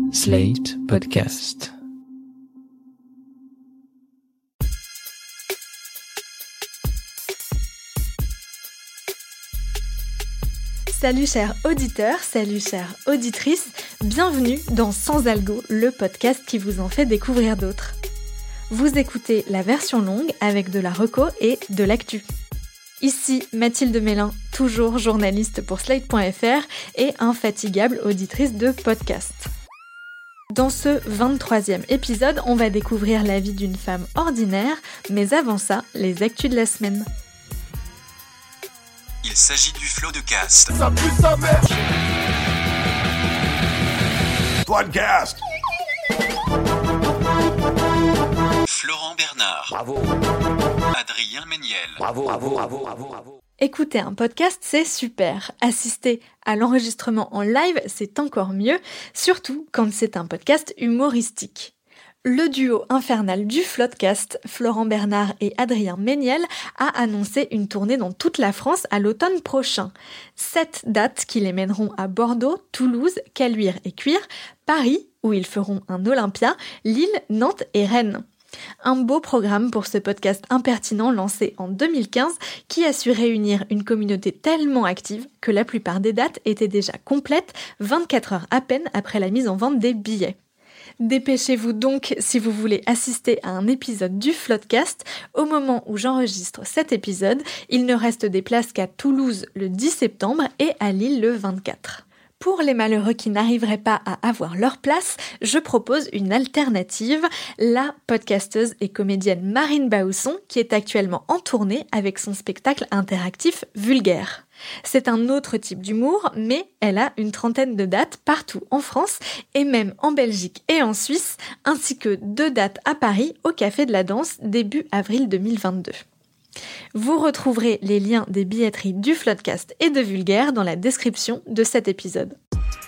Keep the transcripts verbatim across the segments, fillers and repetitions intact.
Slate Podcast. Salut chers auditeurs, salut chères auditrices, bienvenue dans Sans Algo, le podcast qui vous en fait découvrir d'autres. Vous écoutez la version longue avec de la reco et de l'actu. Ici Mathilde Mélin, toujours journaliste pour Slate point F R et infatigable auditrice de podcast. Dans ce vingt-troisième épisode, on va découvrir la vie d'une femme ordinaire, mais avant ça, les actus de la semaine. Il s'agit du flot de cast. Ça pue sa mère. Podcast. Florent Bernard. Bravo. Adrien Méniel. Bravo, bravo, bravo, bravo, bravo. Écouter un podcast, c'est super. Assister à l'enregistrement en live, c'est encore mieux, surtout quand c'est un podcast humoristique. Le duo infernal du Floodcast, Florent Bernard et Adrien Méniel, a annoncé une tournée dans toute la France à l'automne prochain. Sept dates qui les mèneront à Bordeaux, Toulouse, Caluire et Cuire, Paris, où ils feront un Olympia, Lille, Nantes et Rennes. Un beau programme pour ce podcast impertinent lancé en deux mille quinze qui a su réunir une communauté tellement active que la plupart des dates étaient déjà complètes vingt-quatre heures à peine après la mise en vente des billets. Dépêchez-vous donc si vous voulez assister à un épisode du Floodcast. Au moment où j'enregistre cet épisode, il ne reste des places qu'à Toulouse le dix septembre et à Lille le vingt-quatre. Pour les malheureux qui n'arriveraient pas à avoir leur place, je propose une alternative, la podcasteuse et comédienne Marine Bausson, qui est actuellement en tournée avec son spectacle interactif Vulgaire. C'est un autre type d'humour, mais elle a une trentaine de dates partout en France et même en Belgique et en Suisse, ainsi que deux dates à Paris au Café de la Danse début avril deux mille vingt-deux. Vous retrouverez les liens des billetteries du Floodcast et de Vulgaire dans la description de cet épisode.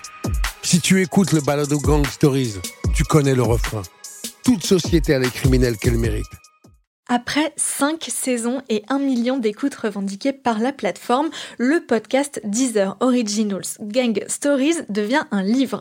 Si tu écoutes le balado Gang Stories, tu connais le refrain. Toute société a les criminels qu'elle mérite. Après cinq saisons et un million d'écoutes revendiquées par la plateforme, le podcast Deezer Originals Gang Stories devient un livre.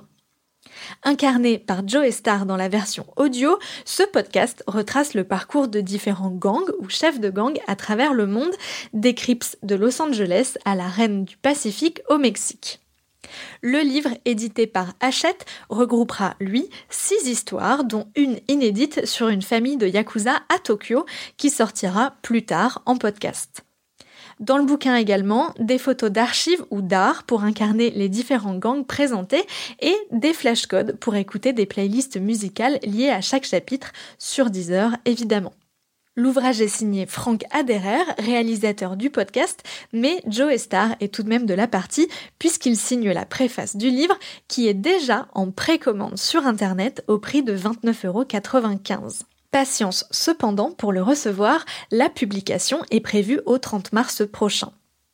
Incarné par Joey Starr dans la version audio, ce podcast retrace le parcours de différents gangs ou chefs de gang à travers le monde, des Crips de Los Angeles à la Reine du Pacifique au Mexique. Le livre, édité par Hachette, regroupera, lui, six histoires, dont une inédite sur une famille de Yakuza à Tokyo, qui sortira plus tard en podcast. Dans le bouquin également, des photos d'archives ou d'art pour incarner les différents gangs présentés et des flashcodes pour écouter des playlists musicales liées à chaque chapitre, sur Deezer évidemment. L'ouvrage est signé Frank Aderer, réalisateur du podcast, mais Joey Starr est tout de même de la partie puisqu'il signe la préface du livre qui est déjà en précommande sur internet au prix de vingt-neuf euros quatre-vingt-quinze. Patience cependant pour le recevoir, la publication est prévue au trente mars prochain.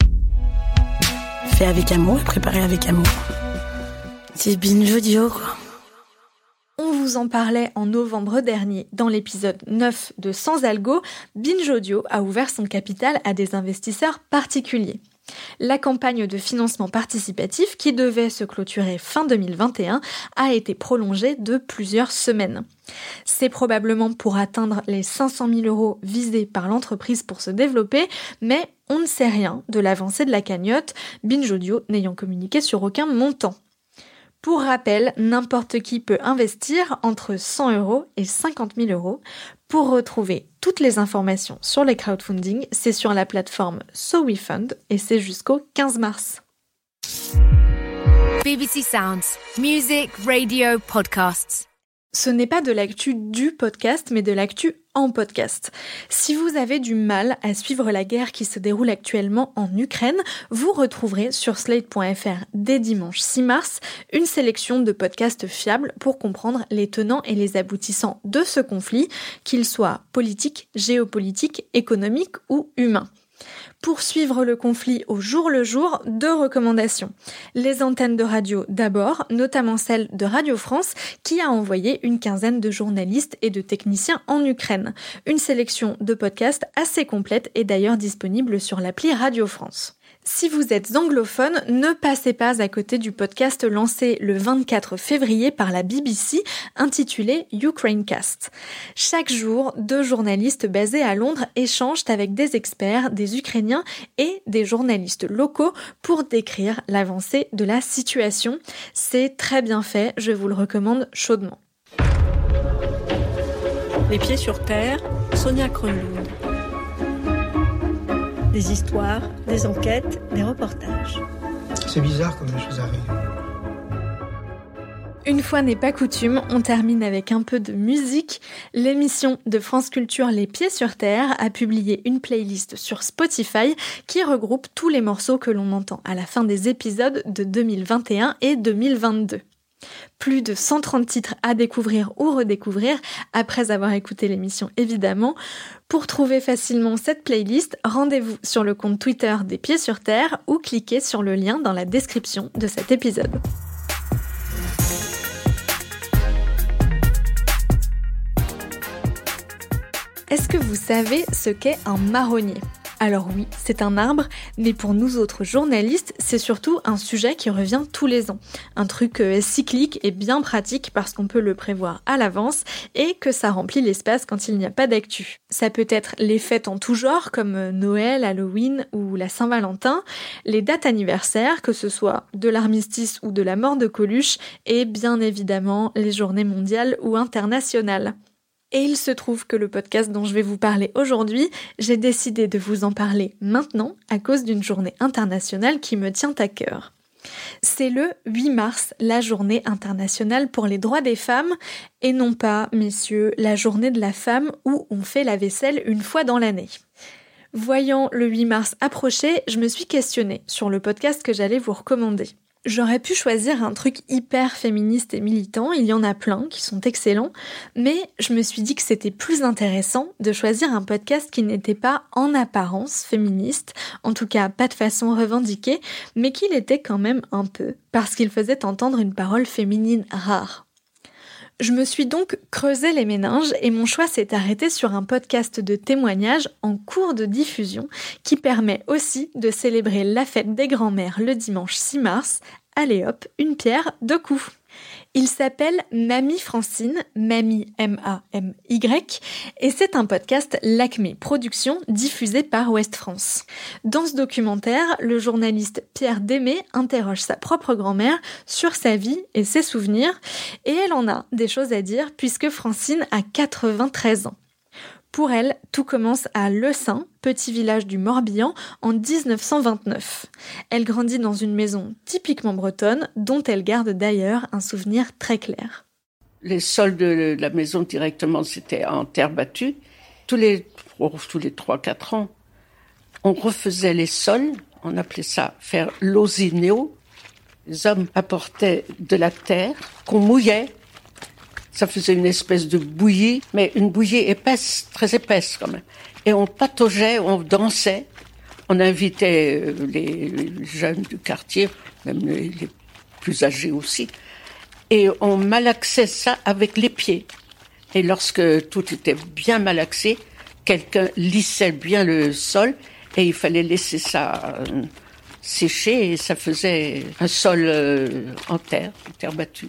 Fait avec amour et préparé avec amour. C'est binge audio quoi. On vous en parlait en novembre dernier dans l'épisode neuf de Sans Algo, Binge Audio a ouvert son capital à des investisseurs particuliers. La campagne de financement participatif, qui devait se clôturer fin deux mille vingt et un, a été prolongée de plusieurs semaines. C'est probablement pour atteindre les cinq cent mille euros visés par l'entreprise pour se développer, mais on ne sait rien de l'avancée de la cagnotte, Binge Audio n'ayant communiqué sur aucun montant. Pour rappel, n'importe qui peut investir entre cent euros et cinquante mille euros. Pour retrouver toutes les informations sur les crowdfunding, c'est sur la plateforme SoWeFund et c'est jusqu'au quinze mars. B B C Sounds. Music, radio, podcasts. Ce n'est pas de l'actu du podcast, mais de l'actu en podcast. Si vous avez du mal à suivre la guerre qui se déroule actuellement en Ukraine, vous retrouverez sur Slate point F R dès dimanche six mars une sélection de podcasts fiables pour comprendre les tenants et les aboutissants de ce conflit, qu'il soit politique, géopolitique, économique ou humain. Pour suivre le conflit au jour le jour, deux recommandations. Les antennes de radio d'abord, notamment celle de Radio France, qui a envoyé une quinzaine de journalistes et de techniciens en Ukraine. Une sélection de podcasts assez complète est d'ailleurs disponible sur l'appli Radio France. Si vous êtes anglophone, ne passez pas à côté du podcast lancé le vingt-quatre février par la B B C, intitulé Ukrainecast. Chaque jour, deux journalistes basés à Londres échangent avec des experts, des Ukrainiens et des journalistes locaux pour décrire l'avancée de la situation. C'est très bien fait, je vous le recommande chaudement. Les pieds sur terre, Sonia Kronlund. Des histoires, des enquêtes, des reportages. C'est bizarre comme les choses arrivent. Une fois n'est pas coutume, on termine avec un peu de musique. L'émission de France Culture Les Pieds sur Terre a publié une playlist sur Spotify qui regroupe tous les morceaux que l'on entend à la fin des épisodes de deux mille vingt et un et deux mille vingt-deux. Plus de cent trente titres à découvrir ou redécouvrir après avoir écouté l'émission évidemment. Pour trouver facilement cette playlist, rendez-vous sur le compte Twitter des Pieds sur Terre ou cliquez sur le lien dans la description de cet épisode. Est-ce que vous savez ce qu'est un marronnier ? Alors oui, c'est un arbre, mais pour nous autres journalistes, c'est surtout un sujet qui revient tous les ans. Un truc euh, cyclique et bien pratique parce qu'on peut le prévoir à l'avance et que ça remplit l'espace quand il n'y a pas d'actu. Ça peut être les fêtes en tout genre comme Noël, Halloween ou la Saint-Valentin, les dates anniversaires, que ce soit de l'armistice ou de la mort de Coluche, et bien évidemment les journées mondiales ou internationales. Et il se trouve que le podcast dont je vais vous parler aujourd'hui, j'ai décidé de vous en parler maintenant à cause d'une journée internationale qui me tient à cœur. C'est le huit mars, la journée internationale pour les droits des femmes, et non pas, messieurs, la journée de la femme où on fait la vaisselle une fois dans l'année. Voyant le huit mars approcher, je me suis questionnée sur le podcast que j'allais vous recommander. J'aurais pu choisir un truc hyper féministe et militant, il y en a plein qui sont excellents, mais je me suis dit que c'était plus intéressant de choisir un podcast qui n'était pas en apparence féministe, en tout cas pas de façon revendiquée, mais qui l'était quand même un peu, parce qu'il faisait entendre une parole féminine rare. Je me suis donc creusé les méninges et mon choix s'est arrêté sur un podcast de témoignages en cours de diffusion qui permet aussi de célébrer la fête des grands-mères le dimanche six mars. Allez hop, une pierre, deux coups. Il s'appelle Mamie Francine, Mamie M A M Y, et c'est un podcast Lacmé Productions diffusé par Ouest France. Dans ce documentaire, le journaliste Pierre Démé interroge sa propre grand-mère sur sa vie et ses souvenirs, et elle en a des choses à dire puisque Francine a quatre-vingt-treize ans. Pour elle, tout commence à Le Saint, petit village du Morbihan, en dix-neuf cent vingt-neuf. Elle grandit dans une maison typiquement bretonne, dont elle garde d'ailleurs un souvenir très clair. Les sols de la maison directement, c'était en terre battue. Tous les, oh, tous les trois quatre ans, on refaisait les sols, on appelait ça faire l'osinéo. Les hommes apportaient de la terre qu'on mouillait. Ça faisait une espèce de bouillie, mais une bouillie épaisse, très épaisse quand même. Et on pataugeait, on dansait. On invitait les, les jeunes du quartier, même les, les plus âgés aussi. Et on malaxait ça avec les pieds. Et lorsque tout était bien malaxé, quelqu'un lissait bien le sol et il fallait laisser ça euh, sécher et ça faisait un sol euh, en terre, en terre battue.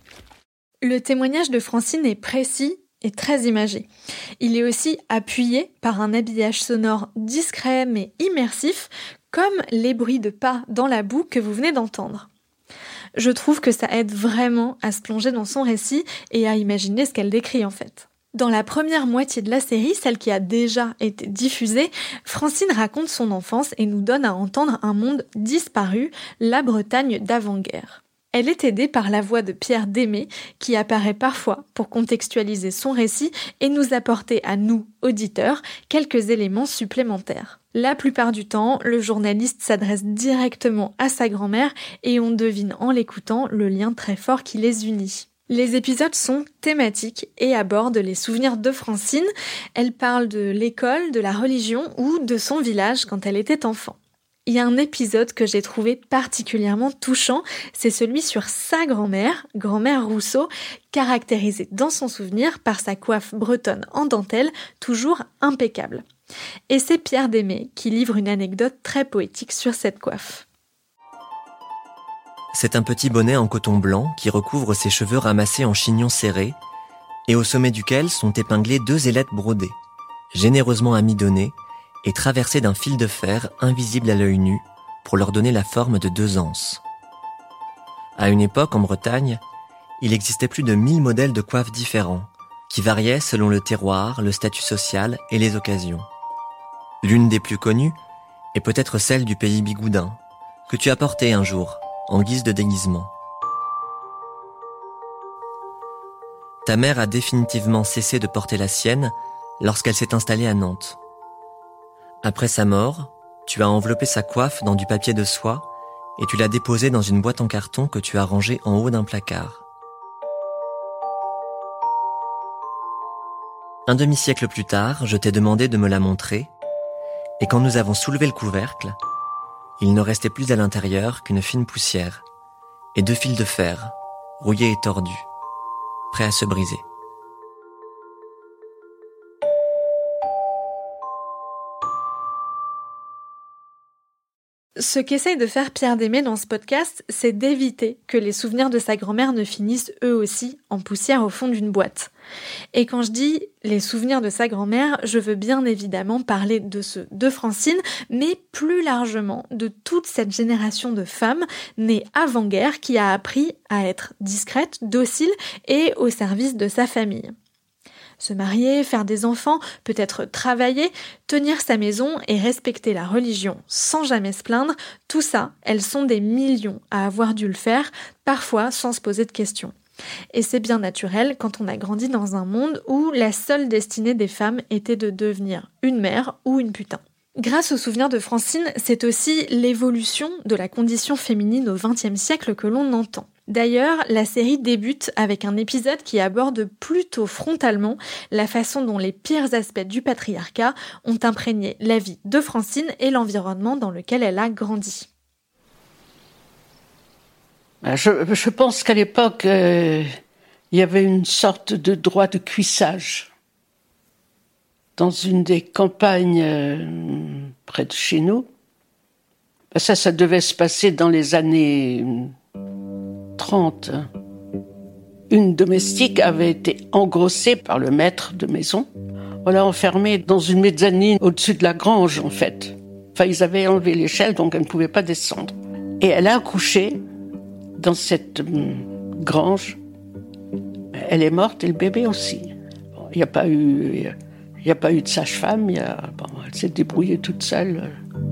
Le témoignage de Francine est précis et très imagé. Il est aussi appuyé par un habillage sonore discret mais immersif, comme les bruits de pas dans la boue que vous venez d'entendre. Je trouve que ça aide vraiment à se plonger dans son récit et à imaginer ce qu'elle décrit en fait. Dans la première moitié de la série, celle qui a déjà été diffusée, Francine raconte son enfance et nous donne à entendre un monde disparu, la Bretagne d'avant-guerre. Elle est aidée par la voix de Pierre Démé, qui apparaît parfois pour contextualiser son récit et nous apporter à nous, auditeurs, quelques éléments supplémentaires. La plupart du temps, le journaliste s'adresse directement à sa grand-mère et on devine en l'écoutant le lien très fort qui les unit. Les épisodes sont thématiques et abordent les souvenirs de Francine. Elle parle de l'école, de la religion ou de son village quand elle était enfant. Il y a un épisode que j'ai trouvé particulièrement touchant, c'est celui sur sa grand-mère, grand-mère Rousseau, caractérisée dans son souvenir par sa coiffe bretonne en dentelle, toujours impeccable. Et c'est Pierre Démé qui livre une anecdote très poétique sur cette coiffe. C'est un petit bonnet en coton blanc qui recouvre ses cheveux ramassés en chignon serré et au sommet duquel sont épinglées deux ailettes brodées, généreusement amidonnées et traversées d'un fil de fer invisible à l'œil nu pour leur donner la forme de deux anses. À une époque, en Bretagne, il existait plus de mille modèles de coiffes différents, qui variaient selon le terroir, le statut social et les occasions. L'une des plus connues est peut-être celle du pays bigoudin, que tu as portée un jour, en guise de déguisement. Ta mère a définitivement cessé de porter la sienne lorsqu'elle s'est installée à Nantes. Après sa mort, tu as enveloppé sa coiffe dans du papier de soie et tu l'as déposée dans une boîte en carton que tu as rangée en haut d'un placard. Un demi-siècle plus tard, je t'ai demandé de me la montrer, et quand nous avons soulevé le couvercle, il ne restait plus à l'intérieur qu'une fine poussière et deux fils de fer, rouillés et tordus, prêts à se briser. Ce qu'essaye de faire Pierre Démé dans ce podcast, c'est d'éviter que les souvenirs de sa grand-mère ne finissent eux aussi en poussière au fond d'une boîte. Et quand je dis les souvenirs de sa grand-mère, je veux bien évidemment parler de ceux de Francine, mais plus largement de toute cette génération de femmes nées avant-guerre qui a appris à être discrète, docile et au service de sa famille. Se marier, faire des enfants, peut-être travailler, tenir sa maison et respecter la religion sans jamais se plaindre, tout ça, elles sont des millions à avoir dû le faire, parfois sans se poser de questions. Et c'est bien naturel quand on a grandi dans un monde où la seule destinée des femmes était de devenir une mère ou une putain. Grâce au souvenir de Francine, c'est aussi l'évolution de la condition féminine au vingtième siècle que l'on entend. D'ailleurs, la série débute avec un épisode qui aborde plutôt frontalement la façon dont les pires aspects du patriarcat ont imprégné la vie de Francine et l'environnement dans lequel elle a grandi. Je, je pense qu'à l'époque, euh, il y avait une sorte de droit de cuissage. Dans une des campagnes euh, près de chez nous, ça, ça devait se passer dans les années trente. Une domestique avait été engrossée par le maître de maison. On l'a enfermée dans une mezzanine au-dessus de la grange, en fait. Enfin, ils avaient enlevé l'échelle, donc elle ne pouvait pas descendre. Et elle a accouché dans cette hum, grange. Elle est morte et le bébé aussi. Bon, il n'y a pas eu, il n'y a pas eu de sage-femme. Il y a, bon, elle s'est débrouillée toute seule.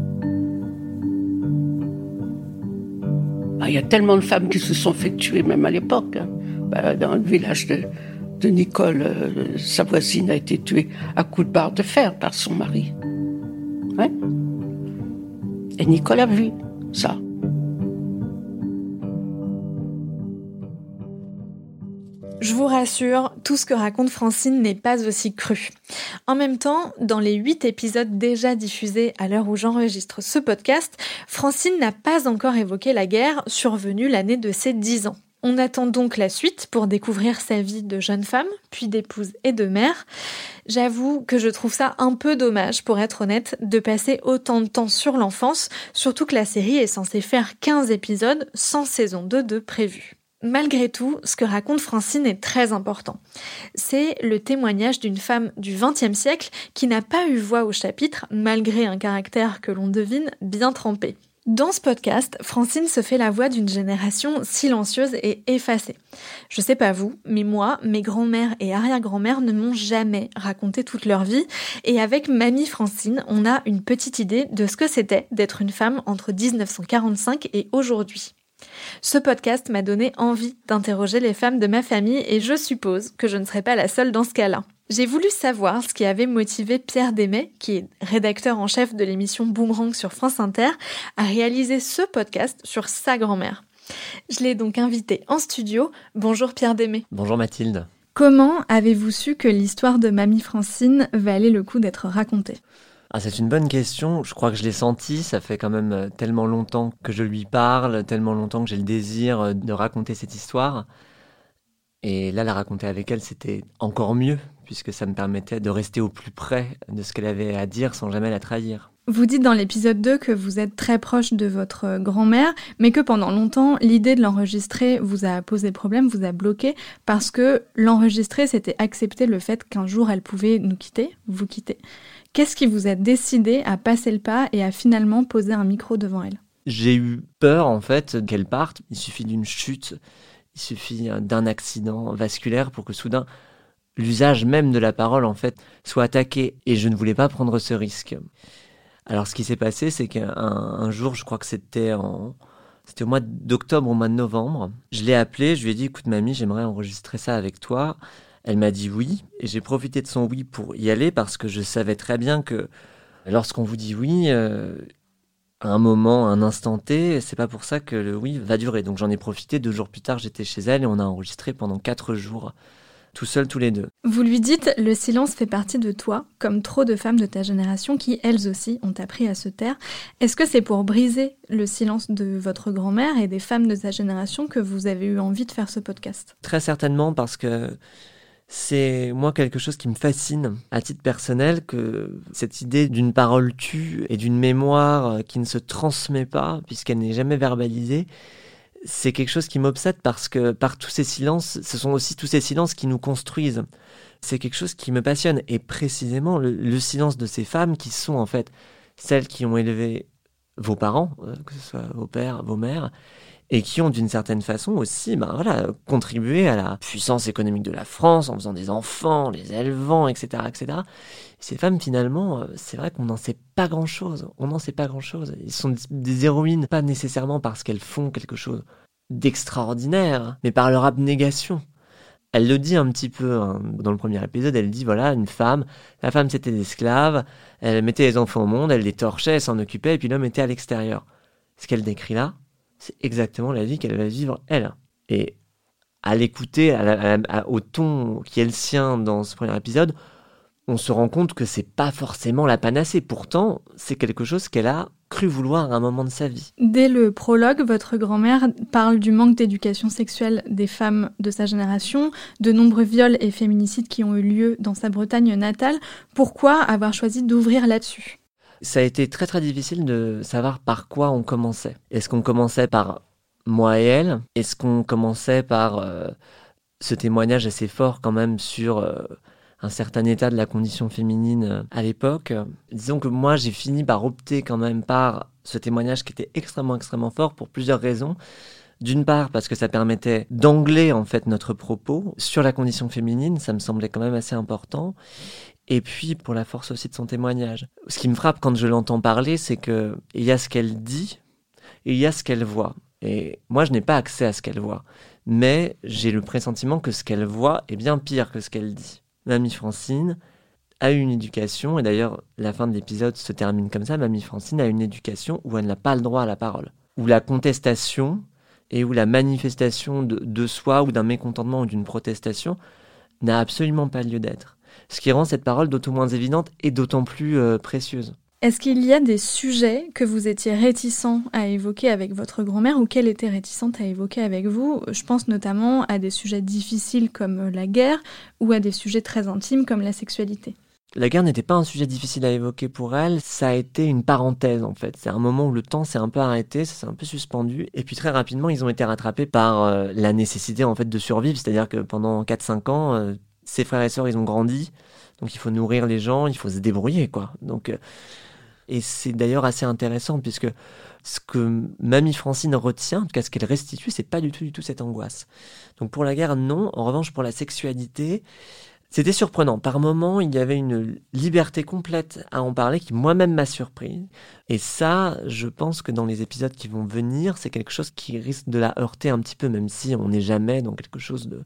Il y a tellement de femmes qui se sont fait tuer, même à l'époque. Ben, dans le village de, de Nicole, euh, sa voisine a été tuée à coups de barre de fer par son mari. Ouais. Et Nicole a vu ça. Je vous rassure, tout ce que raconte Francine n'est pas aussi cru. En même temps, dans les huit épisodes déjà diffusés à l'heure où j'enregistre ce podcast, Francine n'a pas encore évoqué la guerre survenue l'année de ses dix ans. On attend donc la suite pour découvrir sa vie de jeune femme, puis d'épouse et de mère. J'avoue que je trouve ça un peu dommage, pour être honnête, de passer autant de temps sur l'enfance, surtout que la série est censée faire quinze épisodes sans saison deux de prévue. Malgré tout, ce que raconte Francine est très important. C'est le témoignage d'une femme du vingtième siècle qui n'a pas eu voix au chapitre, malgré un caractère que l'on devine bien trempé. Dans ce podcast, Francine se fait la voix d'une génération silencieuse et effacée. Je sais pas vous, mais moi, mes grands-mères et arrière-grand-mères ne m'ont jamais raconté toute leur vie, et avec Mamie Francine, on a une petite idée de ce que c'était d'être une femme entre dix-neuf cent quarante-cinq et aujourd'hui. Ce podcast m'a donné envie d'interroger les femmes de ma famille et je suppose que je ne serai pas la seule dans ce cas-là. J'ai voulu savoir ce qui avait motivé Pierre Démé, qui est rédacteur en chef de l'émission Boomerang sur France Inter, à réaliser ce podcast sur sa grand-mère. Je l'ai donc invité en studio. Bonjour Pierre Démé. Bonjour Mathilde. Comment avez-vous su que l'histoire de Mamie Francine valait le coup d'être racontée ? Ah, c'est une bonne question, je crois que je l'ai senti, ça fait quand même tellement longtemps que je lui parle, tellement longtemps que j'ai le désir de raconter cette histoire. Et là, la raconter avec elle, c'était encore mieux, puisque ça me permettait de rester au plus près de ce qu'elle avait à dire sans jamais la trahir. Vous dites dans l'épisode deux que vous êtes très proche de votre grand-mère, mais que pendant longtemps, l'idée de l'enregistrer vous a posé problème, vous a bloqué, parce que l'enregistrer, c'était accepter le fait qu'un jour elle pouvait nous quitter, vous quitter. Qu'est-ce qui vous a décidé à passer le pas et à finalement poser un micro devant elle ? J'ai eu peur, en fait, qu'elle parte. Il suffit d'une chute, il suffit d'un accident vasculaire pour que soudain, l'usage même de la parole, en fait, soit attaqué. Et je ne voulais pas prendre ce risque. Alors, ce qui s'est passé, c'est qu'un un jour, je crois que c'était en... C'était au mois d'octobre, au mois de novembre. Je l'ai appelée, je lui ai dit « Écoute, mamie, j'aimerais enregistrer ça avec toi. » Elle m'a dit oui, et j'ai profité de son oui pour y aller parce que je savais très bien que lorsqu'on vous dit oui, euh, à un moment, à un instant T, c'est pas pour ça que le oui va durer. Donc j'en ai profité, deux jours plus tard, j'étais chez elle et on a enregistré pendant quatre jours, tout seuls, tous les deux. Vous lui dites « Le silence fait partie de toi », comme trop de femmes de ta génération qui, elles aussi, ont appris à se taire. Est-ce que c'est pour briser le silence de votre grand-mère et des femmes de sa génération que vous avez eu envie de faire ce podcast ? Très certainement, parce que c'est, moi, quelque chose qui me fascine à titre personnel, que cette idée d'une parole tue et d'une mémoire qui ne se transmet pas, puisqu'elle n'est jamais verbalisée, c'est quelque chose qui m'obsède parce que par tous ces silences, ce sont aussi tous ces silences qui nous construisent. C'est quelque chose qui me passionne. Et précisément, le, le silence de ces femmes qui sont en fait celles qui ont élevé vos parents, que ce soit vos pères, vos mères, et qui ont d'une certaine façon aussi ben voilà, contribué à la puissance économique de la France en faisant des enfants, les élevant, et cetera, et cetera. Et ces femmes, finalement, c'est vrai qu'on n'en sait pas grand-chose. On n'en sait pas grand-chose. Ils sont des héroïnes, pas nécessairement parce qu'elles font quelque chose d'extraordinaire, mais par leur abnégation. Elle le dit un petit peu hein, dans le premier épisode, elle dit, voilà, une femme, la femme c'était des esclaves, elle mettait les enfants au monde, elle les torchait, elle s'en occupait, et puis l'homme était à l'extérieur. Ce qu'elle décrit là, c'est exactement la vie qu'elle va vivre, elle. Et à l'écouter, à la, à la, au ton qui est le sien dans ce premier épisode, on se rend compte que c'est pas forcément la panacée. Pourtant, c'est quelque chose qu'elle a cru vouloir à un moment de sa vie. Dès le prologue, votre grand-mère parle du manque d'éducation sexuelle des femmes de sa génération, de nombreux viols et féminicides qui ont eu lieu dans sa Bretagne natale. Pourquoi avoir choisi d'ouvrir là-dessus ? Ça a été très très difficile de savoir par quoi on commençait. Est-ce qu'on commençait par moi et elle ? Est-ce qu'on commençait par euh, ce témoignage assez fort quand même sur euh, un certain état de la condition féminine euh, à l'époque ? Disons que moi j'ai fini par opter quand même par ce témoignage qui était extrêmement extrêmement fort pour plusieurs raisons. D'une part parce que ça permettait d'angler en fait notre propos sur la condition féminine, ça me semblait quand même assez important. Et puis pour la force aussi de son témoignage. Ce qui me frappe quand je l'entends parler, c'est qu'il y a ce qu'elle dit et il y a ce qu'elle voit. Et moi, je n'ai pas accès à ce qu'elle voit. Mais j'ai le pressentiment que ce qu'elle voit est bien pire que ce qu'elle dit. Mamie Francine a eu une éducation, et d'ailleurs la fin de l'épisode se termine comme ça, Mamie Francine a une éducation où elle n'a pas le droit à la parole. Où la contestation et où la manifestation de, de soi ou d'un mécontentement ou d'une protestation n'a absolument pas lieu d'être. Ce qui rend cette parole d'autant moins évidente et d'autant plus euh, précieuse. Est-ce qu'il y a des sujets que vous étiez réticent à évoquer avec votre grand-mère ou qu'elle était réticente à évoquer avec vous ? Je pense notamment à des sujets difficiles comme la guerre ou à des sujets très intimes comme la sexualité. La guerre n'était pas un sujet difficile à évoquer pour elle, ça a été une parenthèse en fait. C'est un moment où le temps s'est un peu arrêté, ça s'est un peu suspendu, et puis très rapidement ils ont été rattrapés par euh, la nécessité en fait de survivre, c'est-à-dire que pendant quatre cinq ans, euh, ses frères et sœurs ils ont grandi, donc il faut nourrir les gens, il faut se débrouiller quoi. Donc, euh, et c'est d'ailleurs assez intéressant puisque ce que Mamie Francine retient, en tout cas ce qu'elle restitue, c'est pas du tout, du tout cette angoisse. Donc pour la guerre, non. En revanche, pour la sexualité, c'était surprenant. Par moments, il y avait une liberté complète à en parler qui moi-même m'a surpris. Et ça, je pense que dans les épisodes qui vont venir, c'est quelque chose qui risque de la heurter un petit peu, même si on n'est jamais dans quelque chose de,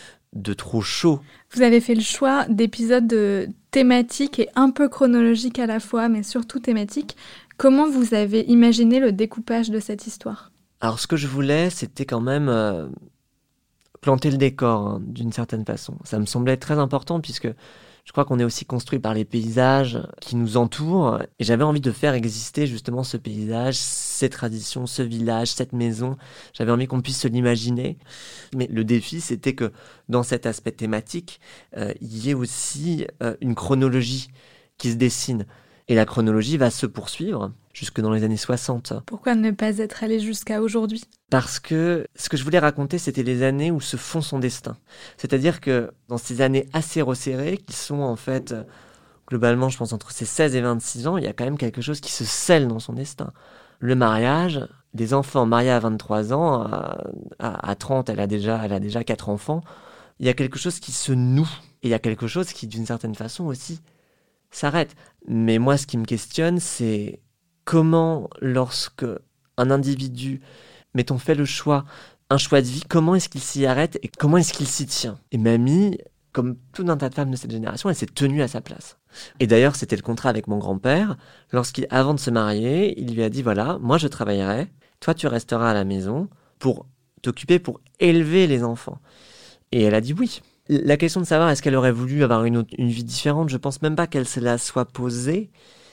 de trop chaud. Vous avez fait le choix d'épisodes thématiques et un peu chronologiques à la fois, mais surtout thématiques. Comment vous avez imaginé le découpage de cette histoire ? Alors, ce que je voulais, c'était quand même... Euh, planter le décor, hein, d'une certaine façon. Ça me semblait très important puisque je crois qu'on est aussi construit par les paysages qui nous entourent. Et j'avais envie de faire exister justement ce paysage, ces traditions, ce village, cette maison. J'avais envie qu'on puisse se l'imaginer. Mais le défi, c'était que dans cet aspect thématique, euh, il y ait aussi euh, une chronologie qui se dessine. Et la chronologie va se poursuivre jusque dans les années soixante. Pourquoi ne pas être allé jusqu'à aujourd'hui ? Parce que ce que je voulais raconter, c'était les années où se fond son destin. C'est-à-dire que dans ces années assez resserrées, qui sont en fait, globalement, je pense, entre ses seize et vingt-six ans, il y a quand même quelque chose qui se scelle dans son destin. Le mariage, des enfants mariés à vingt-trois ans, à, à, à trente, elle a, déjà, elle a déjà quatre enfants. Il y a quelque chose qui se noue. Et il y a quelque chose qui, d'une certaine façon aussi, s'arrête. Mais moi, ce qui me questionne, c'est comment, lorsque un individu, mettons, fait le choix, un choix de vie, comment est-ce qu'il s'y arrête et comment est-ce qu'il s'y tient ? Et mamie, comme tout un tas de femmes de cette génération, elle s'est tenue à sa place. Et d'ailleurs, c'était le contrat avec mon grand-père. Lorsqu'il, avant de se marier, il lui a dit, voilà, moi je travaillerai, toi tu resteras à la maison pour t'occuper, pour élever les enfants. Et elle a dit oui. La question de savoir est-ce qu'elle aurait voulu avoir une, autre, une vie différente, je pense même pas qu'elle se la soit posée,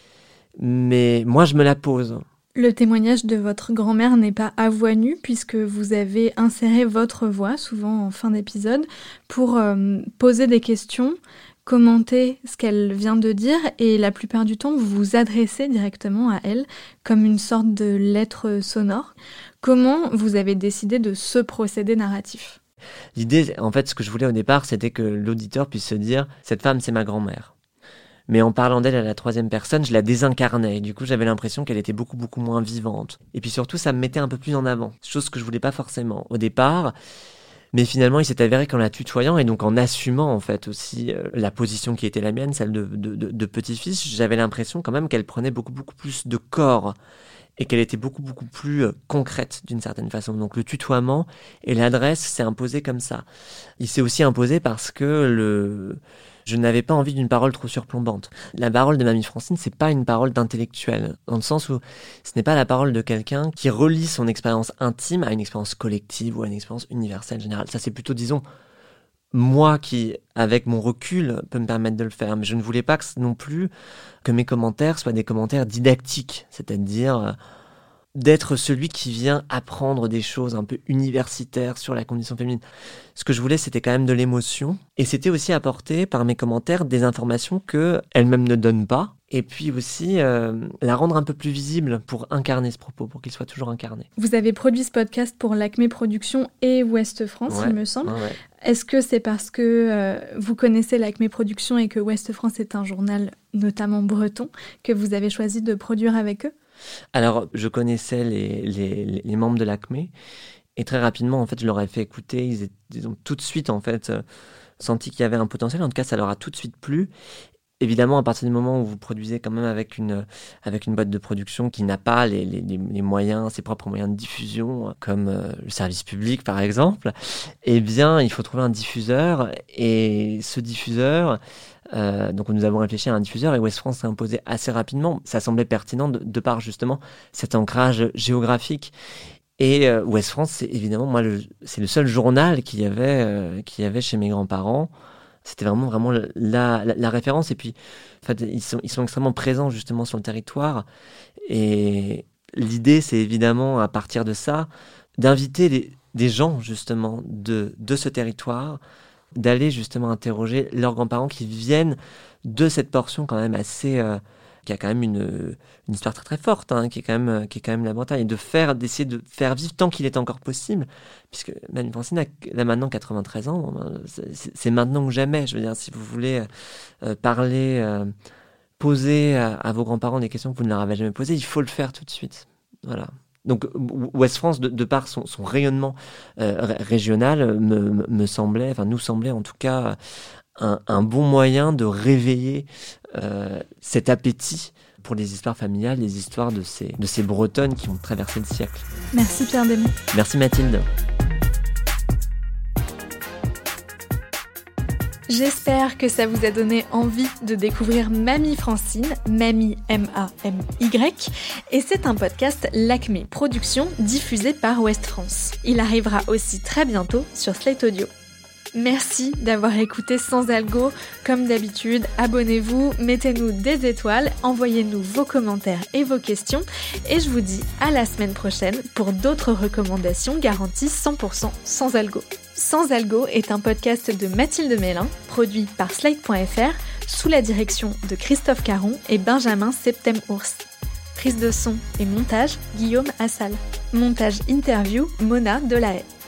mais moi je me la pose. Le témoignage de votre grand-mère n'est pas à voix nue puisque vous avez inséré votre voix, souvent en fin d'épisode, pour euh, poser des questions, commenter ce qu'elle vient de dire et la plupart du temps vous vous adressez directement à elle comme une sorte de lettre sonore. Comment vous avez décidé de ce procédé narratif ? L'idée, en fait, ce que je voulais au départ, c'était que l'auditeur puisse se dire « cette femme, c'est ma grand-mère ». Mais en parlant d'elle à la troisième personne, je la désincarnais. Et du coup, j'avais l'impression qu'elle était beaucoup, beaucoup moins vivante. Et puis surtout, ça me mettait un peu plus en avant. Chose que je voulais pas forcément au départ. Mais finalement, il s'est avéré qu'en la tutoyant et donc en assumant en fait aussi euh, la position qui était la mienne, celle de, de, de, de petit-fils, j'avais l'impression quand même qu'elle prenait beaucoup, beaucoup plus de corps. Et qu'elle était beaucoup, beaucoup plus euh, concrète d'une certaine façon. Donc le tutoiement et l'adresse s'est imposé comme ça. Il s'est aussi imposé parce que le... je n'avais pas envie d'une parole trop surplombante. La parole de Mamie Francine, c'est pas une parole d'intellectuel, dans le sens où ce n'est pas la parole de quelqu'un qui relie son expérience intime à une expérience collective ou à une expérience universelle générale. Ça, c'est plutôt, disons, moi qui, avec mon recul, peut me permettre de le faire. Mais je ne voulais pas que, non plus que mes commentaires soient des commentaires didactiques, c'est-à-dire euh, d'être celui qui vient apprendre des choses un peu universitaires sur la condition féminine. Ce que je voulais, c'était quand même de l'émotion. Et c'était aussi apporter par mes commentaires des informations qu'elle-même ne donne pas. Et puis aussi euh, la rendre un peu plus visible pour incarner ce propos, pour qu'il soit toujours incarné. Vous avez produit ce podcast pour l'Acme Productions et Ouest France, ouais, il me semble. Ouais. Est-ce que c'est parce que euh, vous connaissez l'Acme Productions et que Ouest France est un journal notamment breton que vous avez choisi de produire avec eux ? Alors, je connaissais les, les, les membres de l'Acme et très rapidement, en fait, je leur ai fait écouter. Ils, étaient, ils ont tout de suite, en fait, euh, senti qu'il y avait un potentiel. En tout cas, ça leur a tout de suite plu. Évidemment, à partir du moment où vous produisez quand même avec une, avec une boîte de production qui n'a pas les, les, les moyens, ses propres moyens de diffusion, comme euh, le service public par exemple, eh bien, il faut trouver un diffuseur. Et ce diffuseur, euh, donc nous avons réfléchi à un diffuseur et Ouest France s'est imposé assez rapidement. Ça semblait pertinent de, de par justement cet ancrage géographique. Et euh, Ouest France, c'est évidemment, moi, le, c'est le seul journal qu'il y avait, euh, qu'il y avait chez mes grands-parents. C'était vraiment, vraiment la, la, la référence. Et puis, en fait, ils sont, ils sont extrêmement présents justement sur le territoire. Et l'idée, c'est évidemment, à partir de ça, d'inviter les, des gens justement de, de ce territoire, d'aller justement interroger leurs grands-parents qui viennent de cette portion quand même assez... Euh, qui a quand même une, une histoire très très forte, hein, qui est quand même qui est quand même la Bretagne, et de faire, d'essayer de faire vivre tant qu'il est encore possible, puisque Mamie Francine a là maintenant quatre-vingt-treize ans, c'est, c'est maintenant que jamais. Je veux dire, si vous voulez euh, parler, euh, poser à, à vos grands-parents des questions que vous ne leur avez jamais posées, il faut le faire tout de suite. Voilà. Donc Ouest France, de, de par son, son rayonnement euh, régional, me, me semblait, enfin nous semblait en tout cas un, un bon moyen de réveiller euh, cet appétit pour les histoires familiales, les histoires de ces, de ces Bretonnes qui ont traversé le siècle. Merci Pierre Démon. Merci Mathilde. J'espère que ça vous a donné envie de découvrir Mamie Francine, Mamie M A M Y, et c'est un podcast L'Acmé Productions diffusé par Ouest France. Il arrivera aussi très bientôt sur Slate Audio. Merci d'avoir écouté Sans Algo. Comme d'habitude, abonnez-vous, mettez-nous des étoiles, envoyez-nous vos commentaires et vos questions, et je vous dis à la semaine prochaine pour d'autres recommandations garanties cent pour cent sans algo. Sans Algo est un podcast de Mathilde Mélin, produit par Slate point F R, sous la direction de Christophe Caron et Benjamin Septem-Ours. Prise de son et montage, Guillaume Assal. Montage interview, Mona Delahaye.